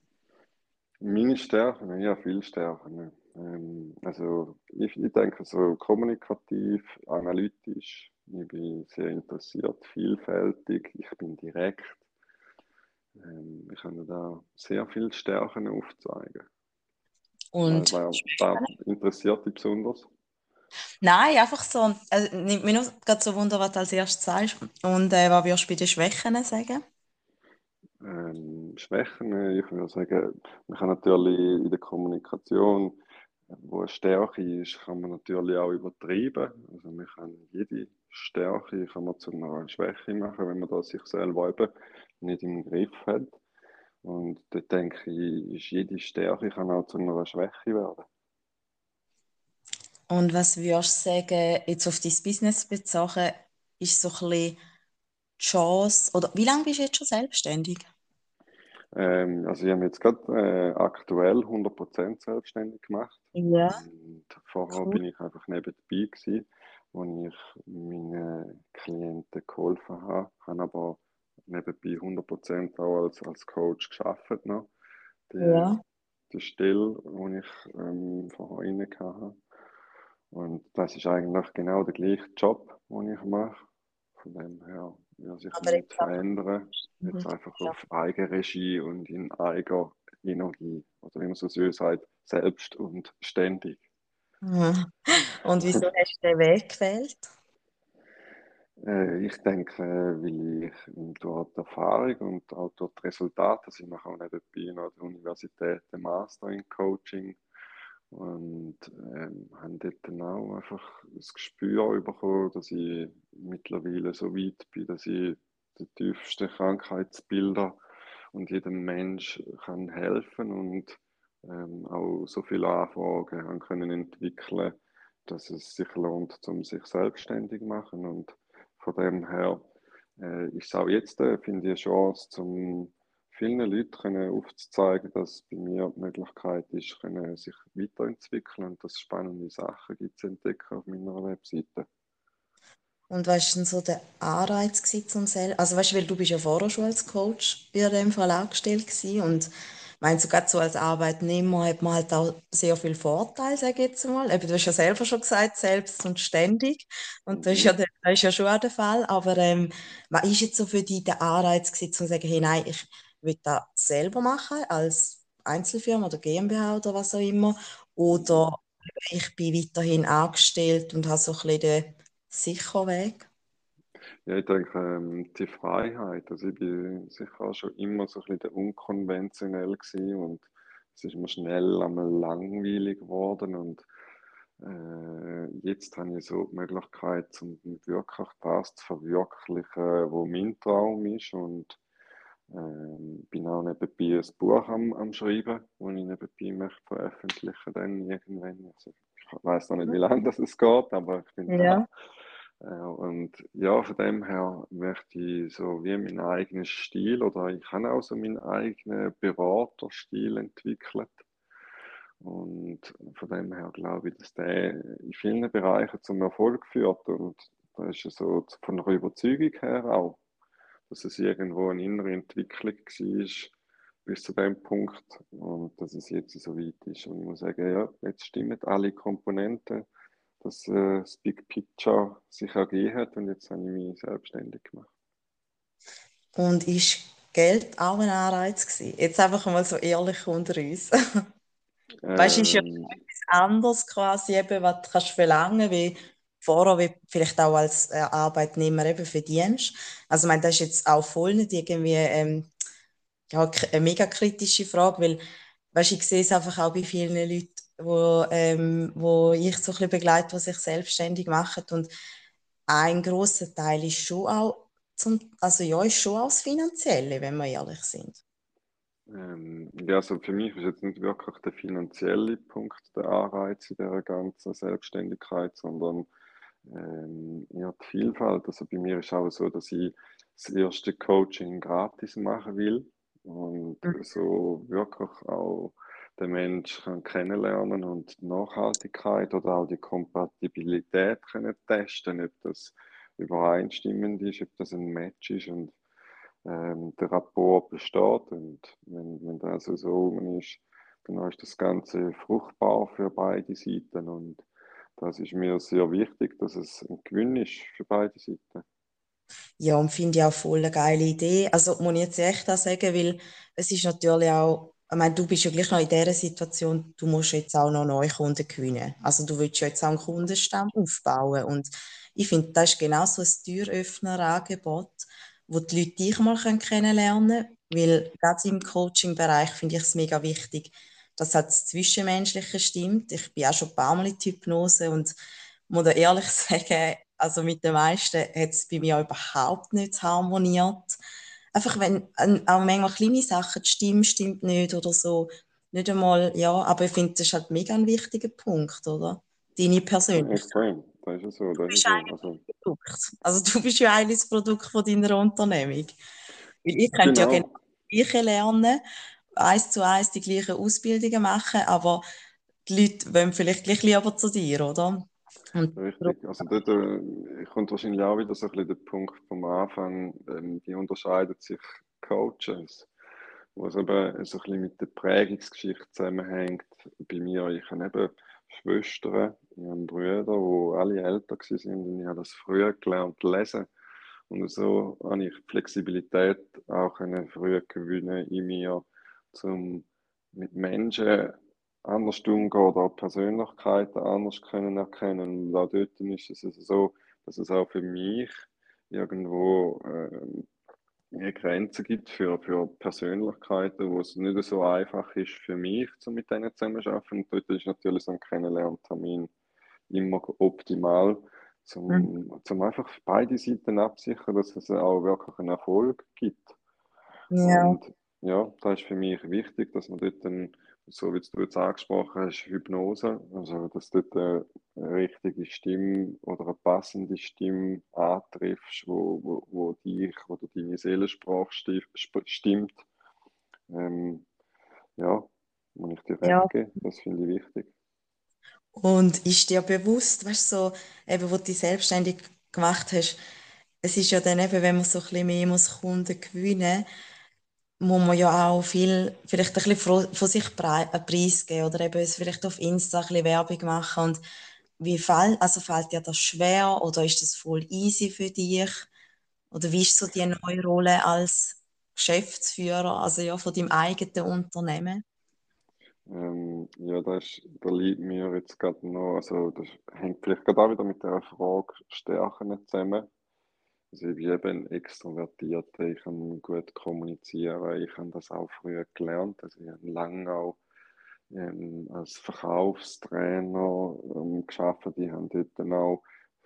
Meine Stärken, ja, viele Stärken. Ähm, also ich, ich denke so kommunikativ, analytisch, ich bin sehr interessiert, vielfältig, ich bin direkt. Ähm, ich kann da sehr viele Stärken aufzeigen. Weil, Und weil da interessiert dich besonders. nein, einfach so, also, nimmt mich nur gerade so Wunder, was du als erstes sagst. Und äh, was würdest du bei den Schwächen sagen? Ähm, Schwächen, äh, ich würde sagen, man kann natürlich in der Kommunikation, äh, wo eine Stärke ist, kann man natürlich auch übertreiben. Also man kann jede Stärke kann man zu einer Schwäche machen, wenn man da sich selber eben nicht im Griff hat. Und da denke ich, ist jede Stärke kann auch zu einer Schwäche werden. Und was würdest du sagen, jetzt auf dein Business bezogen, ist so ein bisschen die Chance, oder wie lange bist du jetzt schon selbstständig? Ähm, also ich habe mich jetzt gerade äh, aktuell hundert Prozent selbstständig gemacht. Ja, Und vorher cool. bin ich einfach nebenbei gewesen, wo ich meinen Klienten geholfen habe. Ich habe aber nebenbei hundert Prozent auch als, als Coach gearbeitet noch. Die, Ja. die Stelle, die ich ähm, vorher inne hatte. Und das ist eigentlich genau der gleiche Job, den ich mache. Von dem her wird sich Aber nichts jetzt einfach. verändern. Jetzt einfach auf Eigenregie und in eigener Energie. Oder wie man so schön sagt, selbst und ständig. Mhm. Und wieso hast du den Weg gewählt? Äh, ich denke, äh, weil ich durch die Erfahrung und auch durch die Resultate, also ich mache auch nebenbei noch an der Universität den Master in Coaching und ähm, habe dort dann auch einfach das Gespür bekommen, dass ich mittlerweile so weit bin, dass ich die tiefsten Krankheitsbilder und jedem Mensch kann helfen und ähm, auch so viele Anfragen haben können entwickeln, dass es sich lohnt, um sich selbstständig zu machen. Und von dem her äh, ist es auch jetzt, äh, finde ich, eine Chance, um vielen Leuten können aufzuzeigen, dass bei mir die Möglichkeit ist, können sich weiterentwickeln und dass es spannende Sachen gibt zu entdecken auf meiner Webseite. Und was war denn so der Anreiz gewesen, zum selber? Also weißt du, weil du bist ja vorher schon als Coach bei dem Fall angestellt gewesen und meine, so gerade so als Arbeitnehmer hat man halt auch sehr viel Vorteile, sage ich jetzt mal. Eben, du hast ja selber schon gesagt, selbst und ständig. Und das ist ja, Mhm. der- das ist ja schon auch der Fall. Aber ähm, was ist jetzt so für dich der Anreiz gewesen, zu sagen, hey, nein, ich will das selber machen, als Einzelfirma oder GmbH oder was auch immer. Mhm. Oder ich bin weiterhin angestellt und habe so ein bisschen den sicheren Weg. Ja, ich denke, ähm, die Freiheit, also ich bin sicher auch schon immer so ein bisschen der unkonventionell gewesen und es ist mir schnell einmal langweilig geworden und äh, jetzt habe ich so die Möglichkeit, um wirklich das zu verwirklichen, wo mein Traum ist und ähm, bin auch nebenbei ein Buch am, am Schreiben, das ich nebenbei möchte veröffentlichen dann irgendwann. Also, ich weiß noch nicht, wie lange das es geht, aber ich bin dran. Ja. Äh, und ja, von dem her möchte ich so wie meinen eigenen Stil oder ich habe auch so meinen eigenen Beraterstil entwickelt. Und von dem her glaube ich, dass der in vielen Bereichen zum Erfolg führt. Und da ist es so von der Überzeugung her auch, dass es irgendwo eine innere Entwicklung war bis zu dem Punkt und dass es jetzt so weit ist. Und ich muss sagen, ja, jetzt stimmen alle Komponenten, dass äh, das Big Picture sich ergeben hat und jetzt habe ich mich selbstständig gemacht. Und ist Geld auch ein Anreiz gewesen? Jetzt einfach mal so ehrlich unter uns. Weißt du, ist ja Ähm, etwas anderes quasi, eben, was du kannst verlangen, wie vorher, wie vielleicht auch als äh, Arbeitnehmer eben verdienst. Also, ich meine, das ist jetzt auch voll nicht irgendwie ähm, ja, k- eine mega kritische Frage, weil, weißt, ich sehe es einfach auch bei vielen Leuten, wo, ähm, wo ich so ein bisschen begleite, die sich selbstständig machen. Und ein grosser Teil ist schon auch, zum, also ja, ist schon auch das Finanzielle, wenn wir ehrlich sind. ähm, ja, also für mich ist jetzt nicht wirklich der finanzielle Punkt der Anreiz in dieser ganzen Selbstständigkeit, sondern ähm, eher die Vielfalt. Also bei mir ist auch so, dass ich das erste Coaching gratis machen will und so wirklich auch den Menschen kennenlernen und die Nachhaltigkeit oder auch die Kompatibilität können testen, ob das übereinstimmend ist, ob das ein Match ist und ähm, der Rapport besteht. Und wenn, wenn das also so rum ist, dann ist das Ganze fruchtbar für beide Seiten. Und das ist mir sehr wichtig, dass es ein Gewinn ist für beide Seiten. Ja, und finde ich auch voll eine geile Idee. Also muss ich jetzt echt auch sagen, weil es ist natürlich auch, ich meine, du bist ja gleich noch in dieser Situation, du musst jetzt auch noch neue Kunden gewinnen. Also du willst ja jetzt auch einen Kundenstamm aufbauen. Und ich finde, das ist genau so ein Türöffner-Angebot, wo die Leute dich mal kennenlernen können. Weil gerade im Coaching-Bereich finde ich es mega wichtig, dass halt das Zwischenmenschliche stimmt. Ich bin auch schon ein paar Mal in die Hypnose und muss da ehrlich sagen, also mit den meisten hat es bei mir auch überhaupt nicht harmoniert. Einfach wenn ähm, auch manchmal kleine Sachen, die Stimme stimmt nicht oder so, nicht einmal, ja, aber ich finde, das ist halt mega ein wichtiger Punkt, oder? Deine Extrem, Persönlichkeit. extrem. Das ist ja so, Du das ist bist ja so. eigentlich Also, das Produkt. Also du bist ja eigentlich das Produkt von deiner Unternehmung. Weil ich könnte ja genau genau, das Gleiche lernen, eins zu eins die gleichen Ausbildungen machen, aber die Leute wollen vielleicht gleich lieber zu dir, oder? Und darum- richtig. Also dort äh, kommt wahrscheinlich auch wieder so ein bisschen der Punkt vom Anfang, ähm, die unterscheiden sich Coaches, wo es eben so ein bisschen mit der Prägungsgeschichte zusammenhängt. Bei mir, ich habe eben Schwestern, ich habe Brüder, die alle älter waren und ich habe das früher gelernt zu lesen. Und so habe ich die Flexibilität auch können früher gewinnen in mir, um mit Menschen anders umgehen oder auch Persönlichkeiten anders können erkennen. Und auch dort ist es also so, dass es auch für mich irgendwo ähm, eine Grenze gibt für, für Persönlichkeiten, wo es nicht so einfach ist für mich, um mit denen zusammenzuarbeiten. Und dort ist natürlich so ein Kennenlerntermin immer optimal, zum, zum einfach für beide Seiten absichern, dass es auch wirklich einen Erfolg gibt. Ja. Und ja, da ist für mich wichtig, dass man dort dann, so wie du jetzt angesprochen hast, Hypnose, also dass du dort eine richtige Stimme oder eine passende Stimme antriffst, wo, wo, wo dich oder deine Seelensprache sti- sp- stimmt. Ähm, ja, muss ich dir Ja. recht geben, das finde ich wichtig. Und ist dir bewusst, weißt du, so, eben, wo du dich selbstständig gemacht hast, es ist ja dann eben, wenn man so ein bisschen mehr muss Kunden gewinnen, muss man ja auch viel, vielleicht ein bisschen von von sich brei- äh, preisgeben oder eben es vielleicht auf Insta ein bisschen Werbung machen. Und wie fall, also fällt dir das schwer oder ist das voll easy für dich? Oder wie ist so die neue Rolle als Geschäftsführer, also ja, von deinem eigenen Unternehmen? Ähm, ja, das ist, da liegt mir jetzt gerade noch, also das hängt vielleicht gerade auch wieder mit der Frage Stärken zusammen. Also ich bin eben ein Extrovertierter, ich kann gut kommunizieren, ich habe das auch früher gelernt. Also ich habe lange auch ähm, als Verkaufstrainer ähm, gearbeitet. Ich habe dort dann auch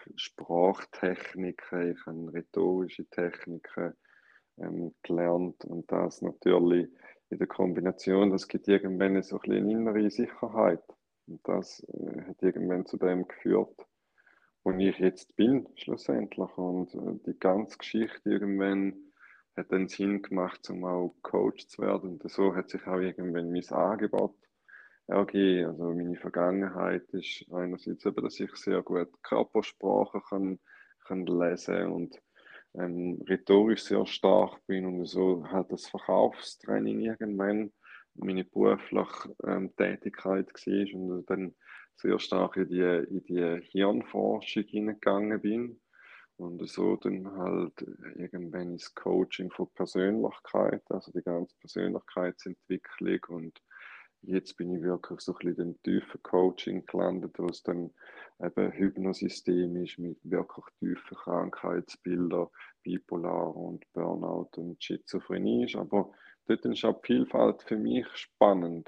Sprachtechniken, ich habe rhetorische Techniken ähm, gelernt und das natürlich in der Kombination, das gibt irgendwann so ein bisschen eine innere Sicherheit und das äh, hat irgendwann zu dem geführt, wo ich jetzt bin, schlussendlich. Und äh, die ganze Geschichte irgendwann hat dann Sinn gemacht, um auch Coach zu werden. Und so hat sich auch irgendwann mein Angebot ergeben. Also meine Vergangenheit ist einerseits eben, dass ich sehr gut Körpersprache kann, kann lesen und ähm, rhetorisch sehr stark bin und so hat das Verkaufstraining irgendwann meine berufliche ähm, Tätigkeit war und dann sehr stark in die, in die Hirnforschung hineingegangen bin und so dann halt irgendwann ins Coaching von Persönlichkeit, also die ganze Persönlichkeitsentwicklung und jetzt bin ich wirklich so ein bisschen in dem tiefen Coaching gelandet, wo es dann eben Hypnosystem ist mit wirklich tiefen Krankheitsbildern, Bipolar und Burnout und Schizophrenie ist. Aber dort ist auch die Vielfalt für mich spannend,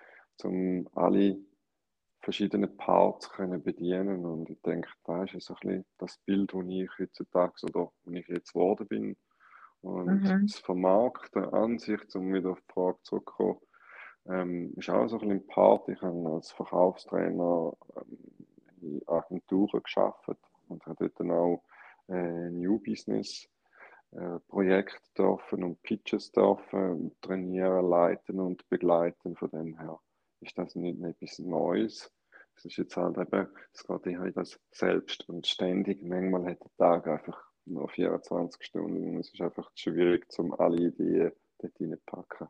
um alle verschiedenen Parts können bedienen. Und ich denke, das ist so ein bisschen das Bild, das ich heutzutage oder wo ich jetzt geworden bin. Und Mhm. das Vermarkten an sich, um wieder auf die Frage zurückzukommen, ähm, ist auch so ein bisschen ein Part. Ich habe als Verkaufstrainer ähm, in Agenturen gearbeitet und habe dort dann auch äh, New Business äh, Projekte dürfen und Pitches dürfen trainieren, leiten und begleiten. Von dem her ist das nicht etwas Neues. Es ist jetzt halt eben, es geht eher in das selbst und ständig. Manchmal hat der Tag einfach nur vierundzwanzig Stunden und es ist einfach schwierig, um alle Ideen dort reinzupacken.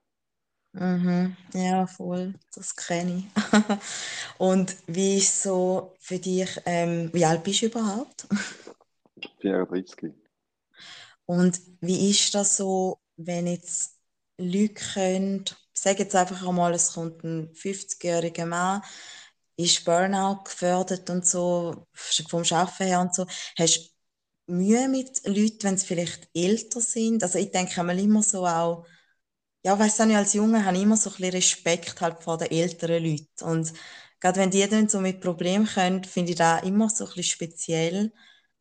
Mhm. Ja, voll, das kenne ich. Und wie ist so für dich, ähm, wie alt bist du überhaupt? vierunddreißig. Und wie ist das so, wenn jetzt Leute können, sag jetzt einfach einmal, es kommt ein fünfzigjähriger Mann, ist Burnout gefördert und so, vom Arbeiten her und so. Hast du Mühe mit Leuten, wenn sie vielleicht älter sind? Also ich denke einmal immer so auch, ja, weißt du, als Junge habe ich immer so ein bisschen Respekt halt vor den älteren Leuten. Und gerade wenn die dann so mit Problemen kommen, finde ich das immer so ein bisschen speziell.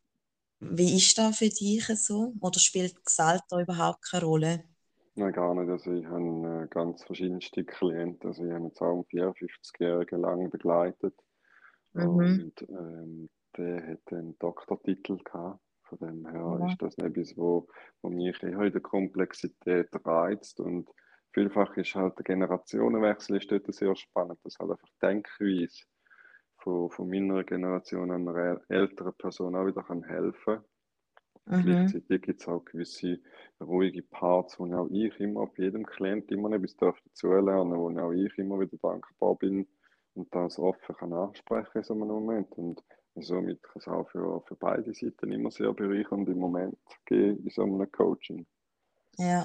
Wie ist das für dich so? Oder spielt das Alter überhaupt keine Rolle? Nein, gar nicht. Also ich habe äh, ganz verschiedenste Klienten. Also ich habe jetzt auch einen vierundfünfzigjährigen lang begleitet Mhm. und ähm, der hat einen Doktortitel gehabt. Von dem her Ja. ist das etwas, wo, wo mich eher in der Komplexität reizt und vielfach ist halt der Generationenwechsel ist dort sehr spannend, dass halt einfach die Denkweise von, von meiner Generation an einer älteren Person auch wieder kann helfen. Mhm. Gleichzeitig gibt es auch gewisse ruhige Parts, wo auch ich immer bei jedem Klient immer etwas darf dazulernen, wo auch ich immer wieder dankbar bin und das offen kann ansprechen in so einem Moment. Und somit kann es auch für, für beide Seiten immer sehr bereichernd im Moment gehen in so einem Coaching. Ja.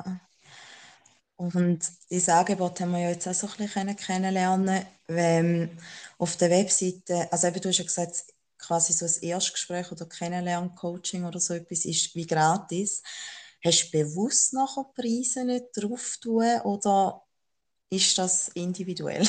Und dieses Angebot haben wir ja jetzt auch so ein bisschen kennenlernen. Ähm, auf der Webseite, also eben, du hast ja gesagt, quasi so ein Erstgespräch oder Kennenlernen, Coaching oder so etwas ist wie gratis. Hast du bewusst nachher die Preise nicht drauf tun oder ist das individuell?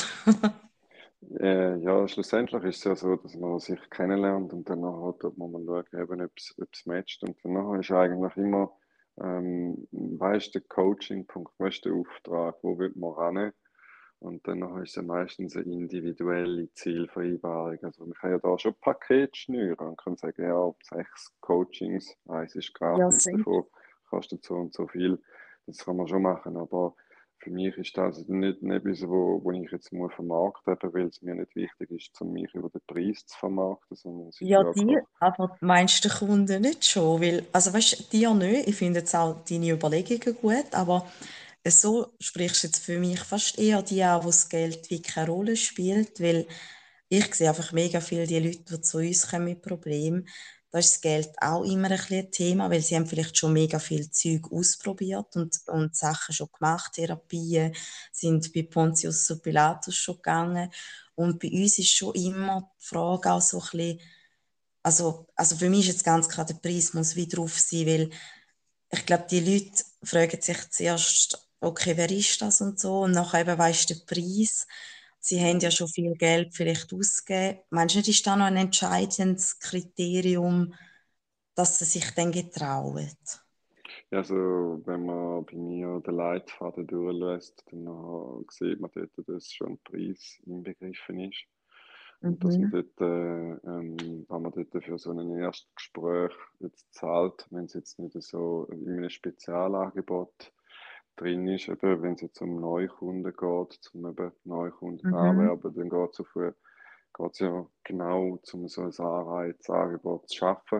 Äh, ja, schlussendlich ist es ja so, dass man sich kennenlernt und dann nachher tut man mal schauen, eben, ob es, ob es matcht. Und dann nachher ist eigentlich immer, ähm, weißt du, der Coaching-Punkt, weißt du, der Auftrag, wo will man ran? Und dann nachher ist es ja meistens eine individuelle Zielvereinbarung. Also man kann ja da schon ein Paket schnüren und kann sagen, ja, sechs Coachings, eins ist Ja, gratis, sicher. davon kostet so und so viel. Das kann man schon machen, aber für mich ist das nicht etwas, wo, wo ich jetzt muss vermarkten muss, weil es mir nicht wichtig ist, um mich über den Preis zu vermarkten, sondern es ist Ja, wirklich, dir, aber meinst du den Kunden nicht schon? Weil, also weißt du, dir nicht, ich finde jetzt auch deine Überlegungen gut, aber so sprichst du jetzt für mich fast eher die an, wo das Geld wie keine Rolle spielt, weil ich sehe einfach mega viele die Leute, die zu uns kommen mit Problemen, da ist das Geld auch immer ein bisschen ein Thema, weil sie haben vielleicht schon mega viel Zeug ausprobiert und, und Sachen schon gemacht, Therapien, sind bei Pontius zu Pilatus schon gegangen. Und bei uns ist schon immer die Frage auch so ein bisschen, also, also für mich ist jetzt ganz klar, der Preis muss wie drauf sein, weil ich glaube, die Leute fragen sich zuerst, okay, wer ist das und so, und nachher eben weisst du den Preis. Sie haben ja schon viel Geld vielleicht ausgegeben. Meinst du nicht, ist da noch ein entscheidendes Kriterium, dass sie sich dann getrauen? Ja, also, wenn man bei mir den Leitfaden durchlässt, dann äh, sieht man dort, dass schon ein Preis inbegriffen ist. Und dass man Mhm. dort, äh, ähm, wenn man dort für so ein Erstgespräch jetzt zahlt, wenn es jetzt nicht so in einem Spezialangebot drin ist, eben, wenn es jetzt um Neukunden geht, zum eben Neukunden Mhm. anwerben, dann geht es auf, geht's ja genau um so ein Anreizangebot zu schaffen.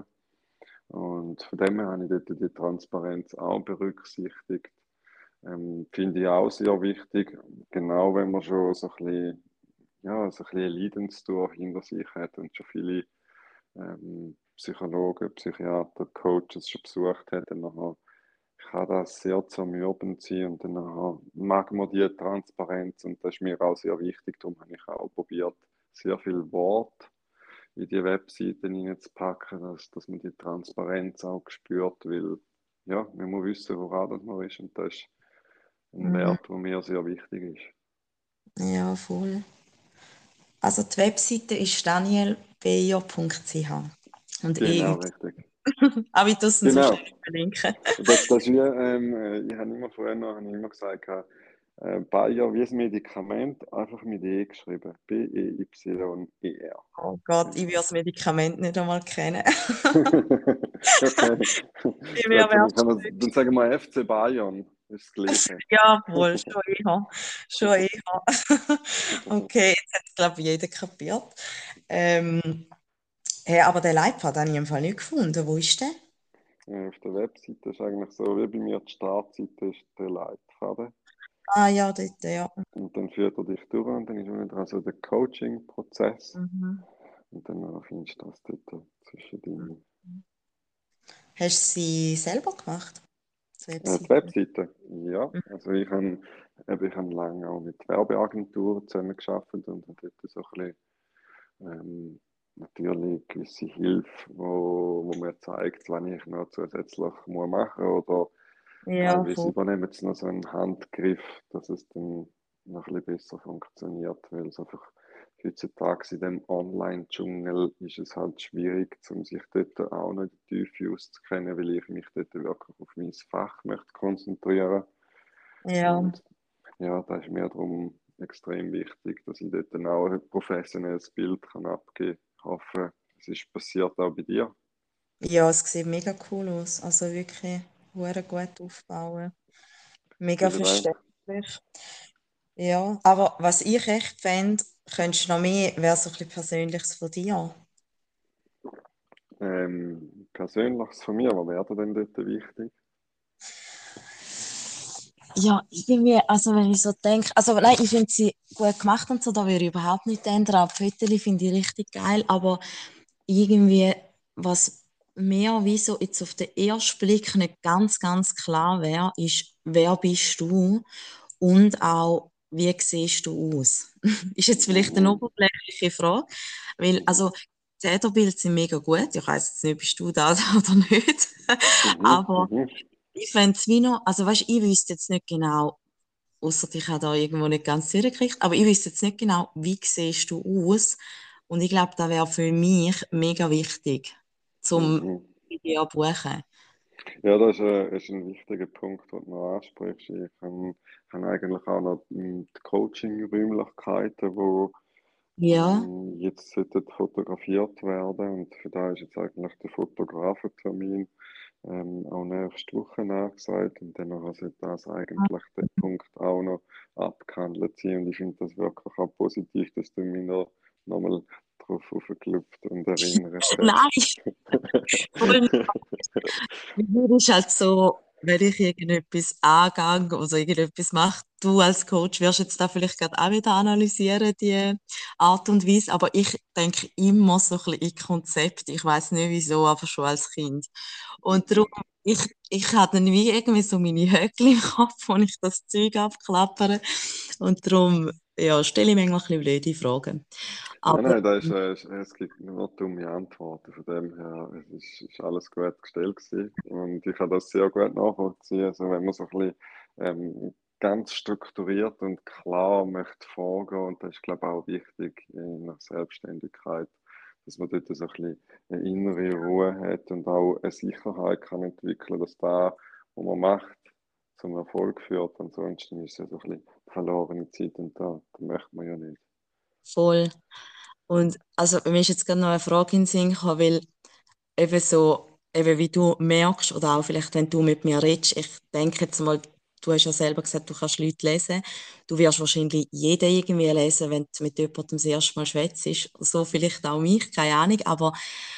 Und von dem her habe ich dort die Transparenz auch berücksichtigt. Ähm, finde ich auch sehr wichtig, genau wenn man schon so ein bisschen, ja, so ein bisschen eine Leidenstour hinter sich hat und schon viele ähm, Psychologen, Psychiater, Coaches schon besucht hat, dann nachher kann das sehr zermürbend sein und dann nachher mag man die Transparenz und das ist mir auch sehr wichtig, darum habe ich auch probiert, sehr viel Wort in die Webseiten hineinzupacken, dass, dass man die Transparenz auch spürt, weil ja, man muss wissen, woran das man ist und das ist ein Mhm. Wert, der mir sehr wichtig ist. Ja, voll. Also die Webseite ist danielbeyer punkt c h und E Genau, Y. richtig. Aber ich tue es sonst Genau. verlinken. Das, das ist wie, ähm, äh, ich habe immer früher noch, habe ich immer gesagt, äh, Bayer wie ein Medikament, einfach mit E geschrieben. B E Y E R. Oh Gott, ich würde Genau. das Medikament nicht einmal kennen. Okay. Bei mir Gut, wäre dann, kann man, dann sagen wir F C Bayern. Das ist das Gleiche. ja wohl, schon eher. Schon eher. Okay, jetzt hat es, glaube ich, jeder kapiert. Ähm, hey, aber den Leitfaden habe ich im Fall nicht gefunden. Wo ist der? Äh, Auf der Webseite ist eigentlich so, wie bei mir die Startseite ist der Leitfaden. Ah ja, dort, ja. Und dann führt er dich durch und dann ist unten dran so der Coaching-Prozess. Mhm. Und dann äh, findest du das dort zwischen deinen. Hast du sie selber gemacht, die Äh, die Webseite? Webseite, ja. Mhm. Also ich habe ich hab lange auch mit Werbeagenturen zusammengearbeitet und habe dort so ein bisschen ähm, natürlich gewisse Hilfe, wo, wo mir zeigt, was ich noch zusätzlich muss machen muss. Oder Ja, teilweise voll. übernehmen sie noch so einen Handgriff, dass es dann noch ein bisschen besser funktioniert, weil es einfach heutzutage in dem Online-Dschungel ist es halt schwierig, um sich dort auch noch in die Tiefe auszukennen, weil ich mich dort wirklich auf mein Fach möchte konzentrieren. Ja. Und ja, da ist mir darum extrem wichtig, dass ich dort dann auch ein professionelles Bild kann abgeben kann. Ich hoffe, es ist passiert auch bei dir. Ja, es sieht mega cool aus. Also wirklich hure gut aufbauen. Mega Vielen Dank. verständlich. Ja, aber was ich echt fände, könntest du noch mehr, wäre so ein bisschen Persönliches von dir. Ähm, Persönliches von mir, was wäre denn dort wichtig? Ja, irgendwie, also wenn ich so denke, also nein, ich finde sie gut gemacht und so, da würde ich überhaupt nicht ändern. Auch die Fotos finde ich richtig geil, aber irgendwie, was mir wie so jetzt auf den ersten Blick nicht ganz, ganz klar wäre, ist, wer bist du und auch, wie siehst du aus? Ist jetzt vielleicht eine Mhm, oberflächliche Frage, weil, mhm, also, die Täterbilder sind mega gut. Ich weiß jetzt nicht, bist du das oder nicht. mhm, Aber mhm, ich fände es wie noch, also weißt, ich wüsste jetzt nicht genau, außer ich habe da irgendwo nicht ganz durchgekriegt, aber ich wüsste jetzt nicht genau, wie siehst du aus? Und ich glaube, das wäre für mich mega wichtig, zum mhm. bei dir buchen. Ja, das ist, ein- ist ein wichtiger Punkt, den du ansprichst. Ich habe, habe eigentlich auch noch mm, die Coaching-Räumlichkeiten, wo Ja, ähm, jetzt sollten fotografiert werden und für da ist jetzt eigentlich der Fotografentermin ähm, auch nächste Woche angesagt und dann sollte das eigentlich der Punkt auch noch abgehandelt sein und ich finde das wirklich auch positiv, dass du mich noch nochmal drauf aufgeklopft und erinnert hast. nein, voll nicht. Bei mir ist halt so, wenn ich irgendetwas angehe oder irgendetwas mache, du als Coach wirst jetzt da vielleicht gerade auch wieder analysieren, die Art und Weise, aber ich denke immer so ein bisschen in Konzept. Ich weiß nicht wieso, aber schon als Kind. Und darum, Mhm. ich, ich hatte dann wie irgendwie so meine Höckli im Kopf, wo ich das Zeug abklappere. Und darum, ja, stelle ich manchmal ein bisschen blöde Fragen. Nein, Aber nein, da ist, äh, ist- es gibt nur dumme Antworten. Von dem her, es ist, ist alles gut gestellt gewesen. Und ich kann das sehr gut nachvollziehen. Also wenn man so ein bisschen ähm, ganz strukturiert und klar möchte vorgehen, und das ist, glaube ich, auch wichtig in der Selbstständigkeit, dass man dort so ein bisschen eine innere Ruhe hat und auch eine Sicherheit kann entwickeln, dass da, was man macht, zum Erfolg führt. Ansonsten ist es ja so ein bisschen verlorene Zeit und da, da möchte man ja nicht. voll. Und also, mir ist jetzt gerade noch eine Frage in den Sinn gekommen, weil eben so, eben wie du merkst, oder auch vielleicht, wenn du mit mir redest, ich denke jetzt mal, du hast ja selber gesagt, du kannst Leute lesen. Du wirst wahrscheinlich jeden irgendwie lesen, wenn du mit jemandem das erste Mal schwätzt. So vielleicht auch mich, keine Ahnung. Aber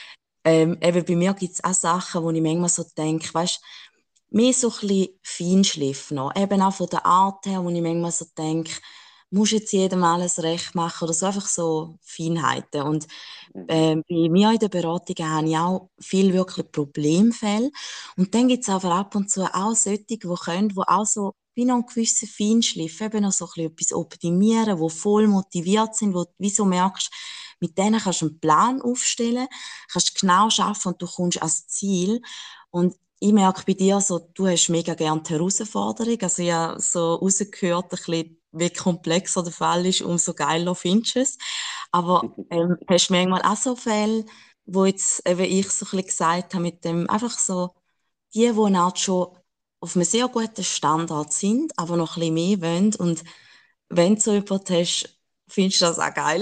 ähm, eben bei mir gibt es auch Sachen, wo ich manchmal so denke, weißt mehr so ein bisschen Feinschliff noch. Eben auch von der Art her, wo ich manchmal so denke, muss jetzt jedem alles recht machen oder so, einfach so Feinheiten. Und Mhm. ähm, bei mir in der Beratung habe ich auch viel wirklich Problemfälle. Und dann gibt es aber ab und zu auch solche, die können, die auch so wie noch einen gewissen Feinschliff, eben noch so ein bisschen etwas optimieren, die voll motiviert sind, wo du wie so merkst, mit denen kannst du einen Plan aufstellen, kannst genau schaffen und du kommst ans Ziel. Und ich merke bei dir so, du hast mega gerne die Herausforderung. Also ich habe so rausgehört, ein bisschen, wie komplexer der Fall ist, umso geiler findest du es. Aber ähm, hast du manchmal auch so Fälle, wo jetzt eben ich so ein bisschen gesagt habe, mit dem einfach so, die, die halt schon auf einem sehr guten Standard sind, aber noch ein bisschen mehr wollen. Und wenn du so jemanden hast, findest du das auch geil.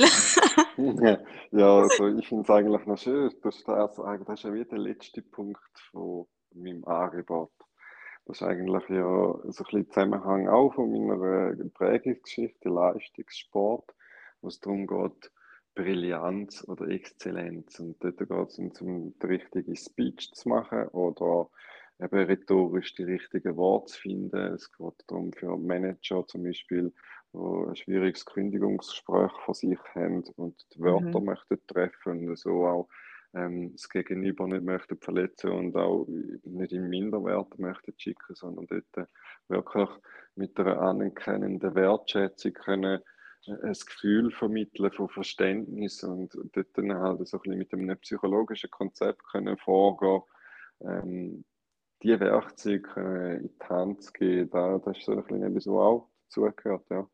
Ja, also ich finde es eigentlich noch schön, du das sagen, das ist ja wie der letzte Punkt von meinem Angebot. Das ist eigentlich ja so ein bisschen Zusammenhang auch von meiner äh, Prägungsgeschichte, Leistungssport, wo es darum geht, Brillanz oder Exzellenz. Und dort geht es um zum die richtige Speech zu machen oder eben rhetorisch die richtigen Worte zu finden. Es geht darum, für Manager zum Beispiel, die ein schwieriges Kündigungsgespräch vor sich haben und die Wörter Mhm. möchten treffen und so auch ähm, das Gegenüber nicht möchten verletzen und auch nicht im Minderwert möchten schicken, sondern dort wirklich mit einer anerkennenden Wertschätzung können äh, ein Gefühl vermitteln von Verständnis und dort dann halt so ein bisschen mit einem psychologischen Konzept können vorgehen, ähm, die Werkzeuge können in die Hand zu geben, da, das ist so ein bisschen etwas, was auch dazugehört, ja.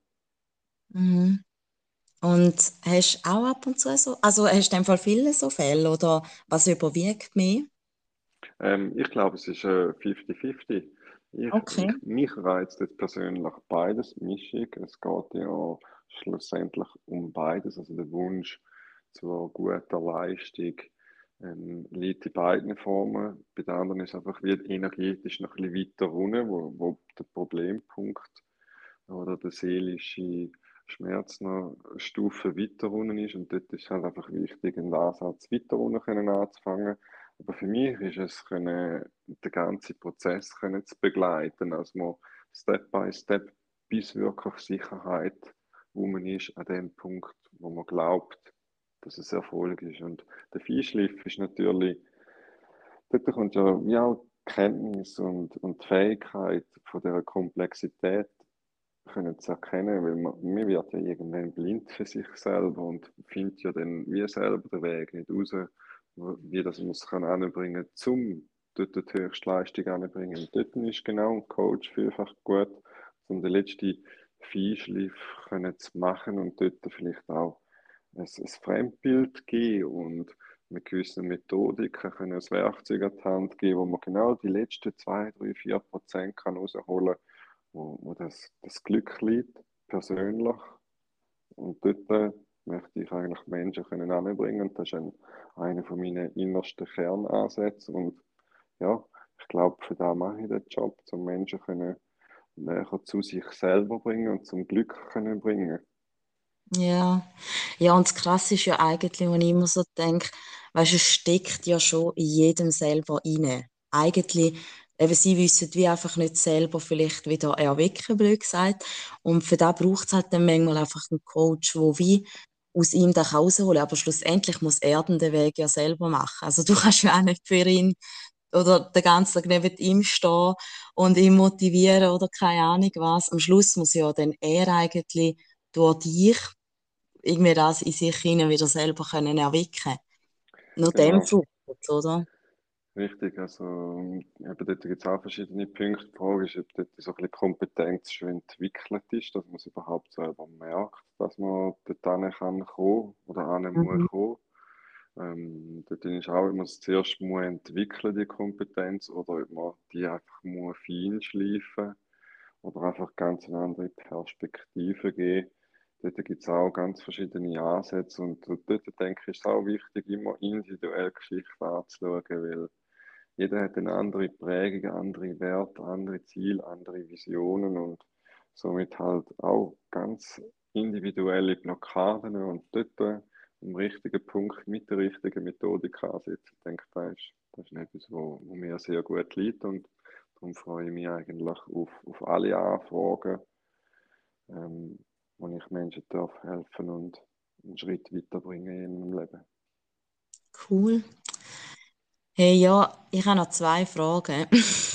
Mhm. Und hast du auch ab und zu so, also hast du in dem Fall viele so Fälle oder was überwiegt mehr? Ähm, ich glaube, es ist äh, fünfzig fünfzig. Ich, Okay. ich, mich reizt jetzt persönlich beides, Mischung. Es geht ja schlussendlich um beides. Also der Wunsch zur guten Leistung ähm, liegt in beiden Formen. Bei den anderen ist einfach wie energetisch noch ein bisschen weiter runter, wo, wo der Problempunkt oder der seelische Schmerz noch eine Stufe weiter unten ist. Und dort ist halt einfach wichtig, einen Ansatz weiter unten können anzufangen. Aber für mich ist es, können, den ganzen Prozess können zu begleiten, also man Step by Step, bis wirklich Sicherheit wo man ist, an dem Punkt, wo man glaubt, dass es Erfolg ist. Und der Feinschliff ist natürlich, dort kommt ja wie auch die Kenntnis und, und die Fähigkeit von dieser Komplexität können zu erkennen, weil man, man wird ja irgendwann blind für sich selber und findet ja dann wie selber den Weg nicht raus, wie das man es kann anbringen, zum dort die höchste Leistung anbringen. Und dort ist genau ein Coach vielfach gut, um den letzten Feinschliff können zu machen und dort vielleicht auch ein, ein Fremdbild geben und mit gewissen Methodiken können ein Werkzeug an die Hand geben, wo man genau die letzten zwei, drei, vier Prozent kann rausholen, wo, wo das, das Glück liegt, persönlich. Und dort äh, möchte ich eigentlich Menschen können anbringen. Und das ist ein, einer von meinen innersten Kernansätzen. Und ja, ich glaube, für da mache ich den Job, um Menschen können näher zu sich selber bringen und zum Glück können bringen. Ja, ja, und das Krasse ist ja eigentlich, wenn ich immer so denke, weißt du, es steckt ja schon in jedem selber inne. Eigentlich eben sie wissen wie einfach nicht selber vielleicht wieder erwecken, blöd gesagt. Und für das braucht es halt dann manchmal einfach einen Coach, der wie aus ihm das rausholen kann. Aber schlussendlich muss er dann den Weg ja selber machen. Also du kannst ja auch nicht für ihn oder den ganzen Tag neben ihm stehen und ihn motivieren oder keine Ahnung was. Am Schluss muss ja dann er eigentlich durch dich irgendwie das in sich hinein wieder selber können erwecken. Nur dem Genau, fruchtet, oder? richtig. Also, ähm, eben dort gibt es auch verschiedene Punkte. Die Frage ist, ob dort so ein bisschen Kompetenz schon entwickelt ist, dass man es überhaupt selber merkt, dass man dort hin kann kommen oder hin muss Mhm. kommen. Ähm, dort ist auch, ob man es zuerst muss entwickeln, die Kompetenz, oder ob man die einfach muss feinschleifen oder einfach ganz eine andere Perspektive geben. Dort gibt es auch ganz verschiedene Ansätze und dort denke ich, ist es auch wichtig, immer individuell Geschichten anzuschauen, weil jeder hat eine andere Prägung, andere Werte, andere Ziele, andere Visionen und somit halt auch ganz individuelle Blockaden und dort am richtigen Punkt mit der richtigen Methodik ansetzen. Ich denke, das ist, das ist etwas, wo, wo mir sehr gut liegt und darum freue ich mich eigentlich auf, auf alle Anfragen, ähm, wo ich Menschen darf helfen und einen Schritt weiterbringen in ihrem Leben. Cool. Hey, ja, ich habe noch zwei Fragen.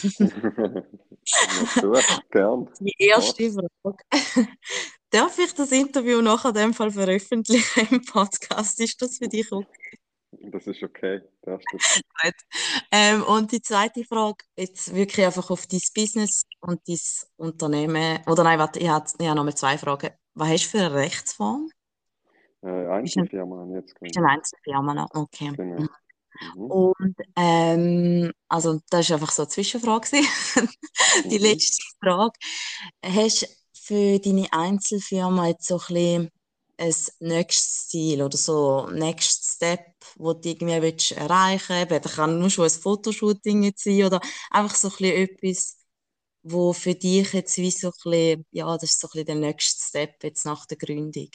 Na zu, gern. Die Frag. erste Frage. Darf ich das Interview nachher in dem Fall veröffentlichen im Podcast? Ist das für dich okay? Das ist okay. Darfst du. Gut. Ähm, und die zweite Frage, jetzt wirklich einfach auf dein Business und dein Unternehmen. Oder nein, warte, ich habe, ich habe noch mal zwei Fragen. Was hast du für eine Rechtsform? Äh, Bist du ein, Einzelfirmen habe ich jetzt bist du ein gegründet. Einzelfirma noch? Okay. Genau. Mhm. Und ähm, also das ist einfach so eine Zwischenfrage gewesen. Die Mhm. letzte Frage. Hast du für deine Einzelfirma jetzt so ein bisschen ein nächstes Ziel oder so Next Step, wo du irgendwie willst erreichen willst? Das kann nur schon ein Fotoshooting jetzt sein oder einfach so ein bisschen etwas, wo für dich jetzt wie so ein bisschen, ja, das ist so ein bisschen der nächste Step jetzt nach der Gründung.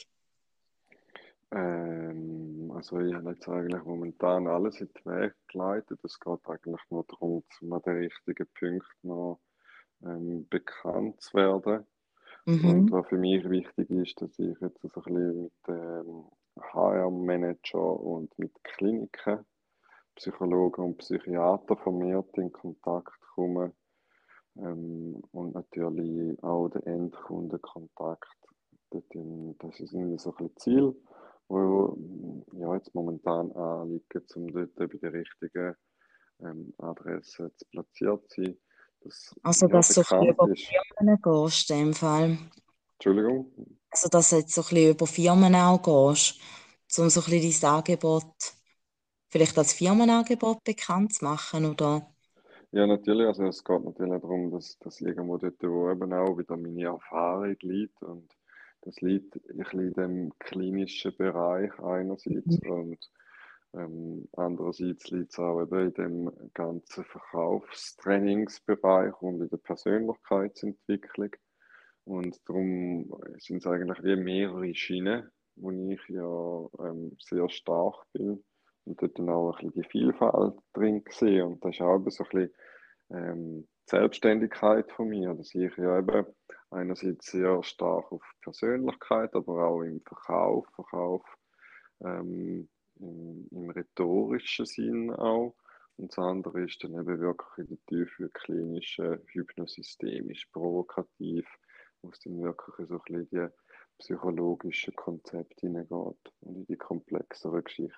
Ähm, also ich habe jetzt eigentlich momentan alles in die Wege geleitet. Es geht eigentlich nur darum, zum an den richtigen Punkt noch ähm, bekannt zu werden. Und Mhm. was für mich wichtig ist, dass ich jetzt so ein bisschen mit ähm, H R-Manager und mit Kliniken, Psychologen und Psychiatern vermehrt in Kontakt komme. Ähm, und natürlich auch der Endkundenkontakt. Dort in- Das ist irgendwie so ein bisschen Ziel, wo ja, jetzt momentan anliegen, um dort bei der richtigen ähm, Adresse zu platziert zu sein, dass Also, ja, dass du so ein bisschen bekannt über ist. Firmen gehst, in dem Fall. Entschuldigung? Also, dass du jetzt so ein bisschen über Firmen auch gehst, um so ein bisschen dein Angebot vielleicht als Firmenangebot bekannt zu machen, oder? Ja, natürlich. Also es geht natürlich darum, dass, dass irgendwo dort, wo eben auch wieder meine Erfahrung liegt und das liegt ein bisschen in dem klinischen Bereich einerseits und ähm, andererseits liegt es auch eben in dem ganzen Verkaufstrainingsbereich und in der Persönlichkeitsentwicklung. Und darum sind es eigentlich wie mehrere Schienen, wo ich ja ähm, sehr stark bin und dort dann auch ein bisschen die Vielfalt drin sehe. Und das ist auch eben so ein bisschen ähm, die Selbstständigkeit von mir, dass ich ja eben einerseits sehr stark auf Persönlichkeit, aber auch im Verkauf, Verkauf ähm, im, im rhetorischen Sinn auch. Und das andere ist dann eben wirklich in der Tiefe klinische, hypnosystemisch, provokativ, wo es dann wirklich so ein bisschen die psychologischen Konzepte hineingeht und in die komplexere Geschichte.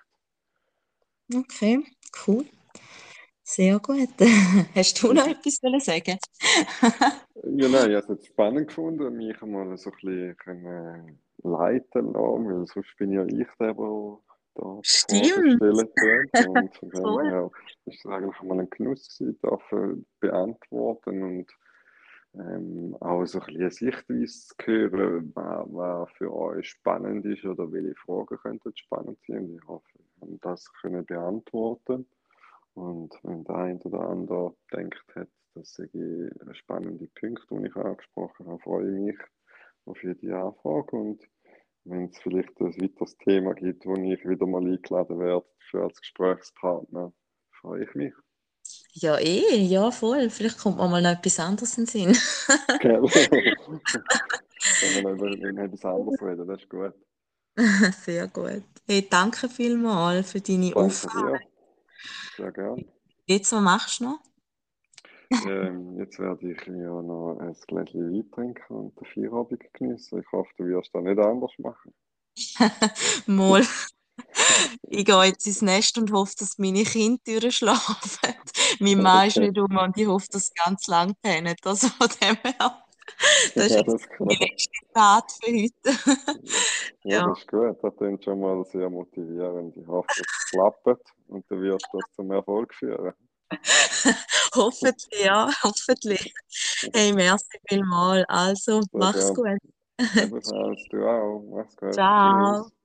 Okay, cool. Sehr gut. Hast du noch etwas wollen sagen? Ja, nein, ich habe es jetzt spannend gefunden, mich einmal so ein bisschen können leiten lassen, weil sonst bin ja ich der, der da die Fragen Stimmt. stellen tut. Und von dem Voll. her ist es eigentlich mal ein Genuss gewesen, dafür beantworten und ähm, auch so ein bisschen eine Sichtweise zu hören, was, was für euch spannend ist oder welche Fragen könnten spannend sein. Und ich hoffe, wir haben das können beantworten. Und wenn der eine oder andere denkt hat, das sei spannende Punkte, die ich angesprochen habe, freue ich mich auf jede Anfrage. Und wenn es vielleicht ein weiteres Thema gibt, wo ich wieder mal eingeladen werde für als Gesprächspartner, freue ich mich. Ja, eh, ja, voll. Vielleicht kommt mir mal noch etwas anderes in den Sinn. Gell? Können wir noch über irgendetwas anderes reden, das ist gut. Sehr gut. Hey, danke vielmals für deine Danke Auffrage. dir, sehr gern. Jetzt, was machst du noch? Ähm, jetzt werde ich mir noch ein Gläschen Wein trinken und den Feierabend genießen. Ich hoffe, du wirst das nicht anders machen. Mal. Ich gehe jetzt ins Nest und hoffe, dass meine Kinder durchschlafen. Mein Mann ist Okay, nicht um und ich hoffe, dass sie ganz lang pennen. Also von dem her, das ist ja, jetzt das ist die klar. letzte Tat für heute. Ja, Ja, das ist gut. Das klingt schon mal sehr motivierend. Ich hoffe, es klappt und du wirst das zum Erfolg führen. hoffentlich, ja, hoffentlich. Hey, merci vielmals. Also, Sehr mach's gern. gut. Ebenfalls, du auch. Mach's gut. Ciao. Tschüss.